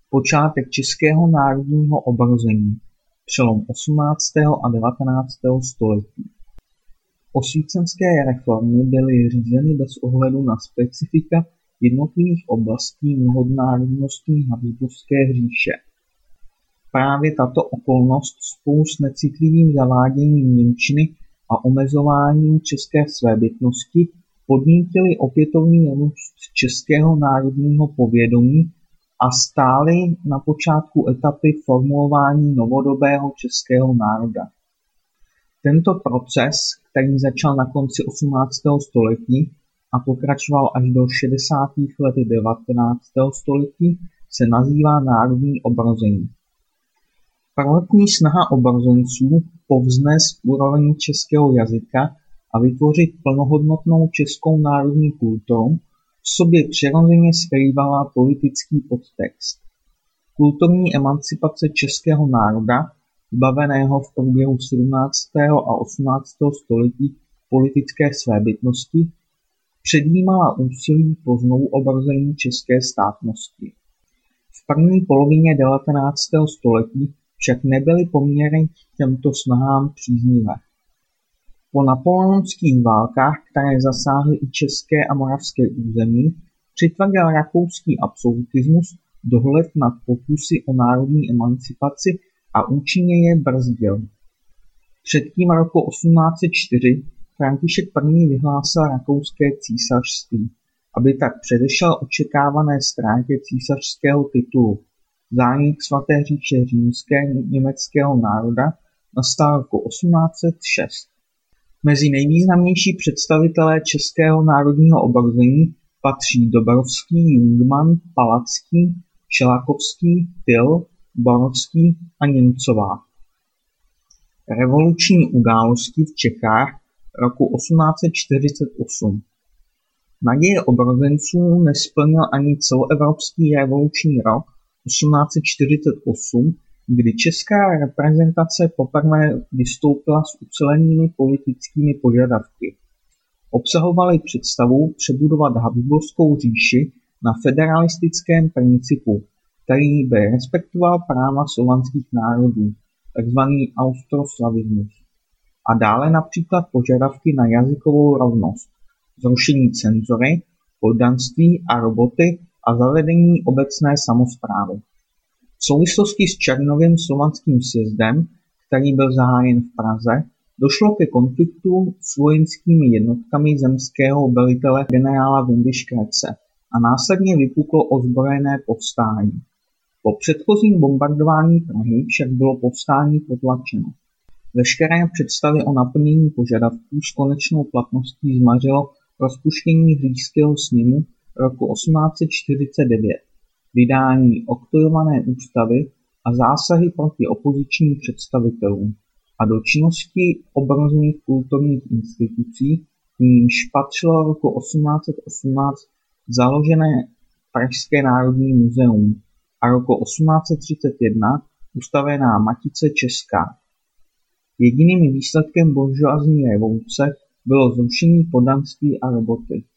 Počátek českého národního obrození, přelom 18. a 19. století. Osvícenské reformy byly řízeny bez ohledu na specifika jednotlivých oblastí mnohonárodnostní Habsburské říše. Právě tato okolnost spolu s necitlivým zaváděním němčiny a omezováním české svébytnosti podnítily opětovný růst českého národního povědomí a stály na počátku etapy formulování novodobého českého národa. Tento proces, který začal na konci 18. století a pokračoval až do 60. let 19. století, se nazývá národní obrození. Prvotní snaha obrozenců povznést úroveň českého jazyka a vytvořit plnohodnotnou českou národní kulturu v sobě přirozeně skrývala politický podtext. Kulturní emancipace českého národa, zbaveného v průběhu 17. a 18. století politické svébytnosti, předjímala úsilí po znovuobrození české státnosti. V první polovině 19. století však nebyly poměry k těmto snahám příznivé. Po napoleonských válkách, které zasáhly i české a moravské území, přitvrdil rakouský absolutismus dohled nad pokusy o národní emancipaci a účinně je brzdil. Předtím roku 1804 František I. vyhlásil rakouské císařství, aby tak předešel očekávané ztrátě císařského titulu. Zánik svaté říše římské německého národa nastal roku 1806. Mezi nejvýznamnější představitelé českého národního obrození patří Dobrovský, Jungmann, Palacký, Šelakovský, Tyll, Borovský a Němcová. Revoluční události v Čechách roku 1848. Naděje obrozenců nesplnil ani celoevropský revoluční rok 1848, kdy česká reprezentace poprvé vystoupila s ucelenými politickými požadavky. Obsahovaly představu přebudovat Habsburskou říši na federalistickém principu, který by respektoval práva slovanských národů, takzvaný austroslavismus. A dále například požadavky na jazykovou rovnost, zrušení cenzury, poddanství a roboty a zavedení obecné samosprávy. V souvislosti s Černovým slovanským sjezdem, který byl zahájen v Praze, došlo ke konfliktu s vojenskými jednotkami zemského velitele generála Windischgrätze a následně vypuklo ozbrojené povstání. Po předchozím bombardování Prahy však bylo povstání potlačeno. Veškeré představy o naplnění požadavků s konečnou platností zmařilo rozpuštění Říšského sněmu roku 1849, vydání oktroyované ústavy a zásahy proti opozičním představitelům a do činnosti obrozených kulturních institucí, k nímž patřilo roku 1818 založené Pražské národní muzeum a roku 1831 ustavená Matice česká. Jediným výsledkem buržoazní revoluce bylo zrušení poddanství a roboty.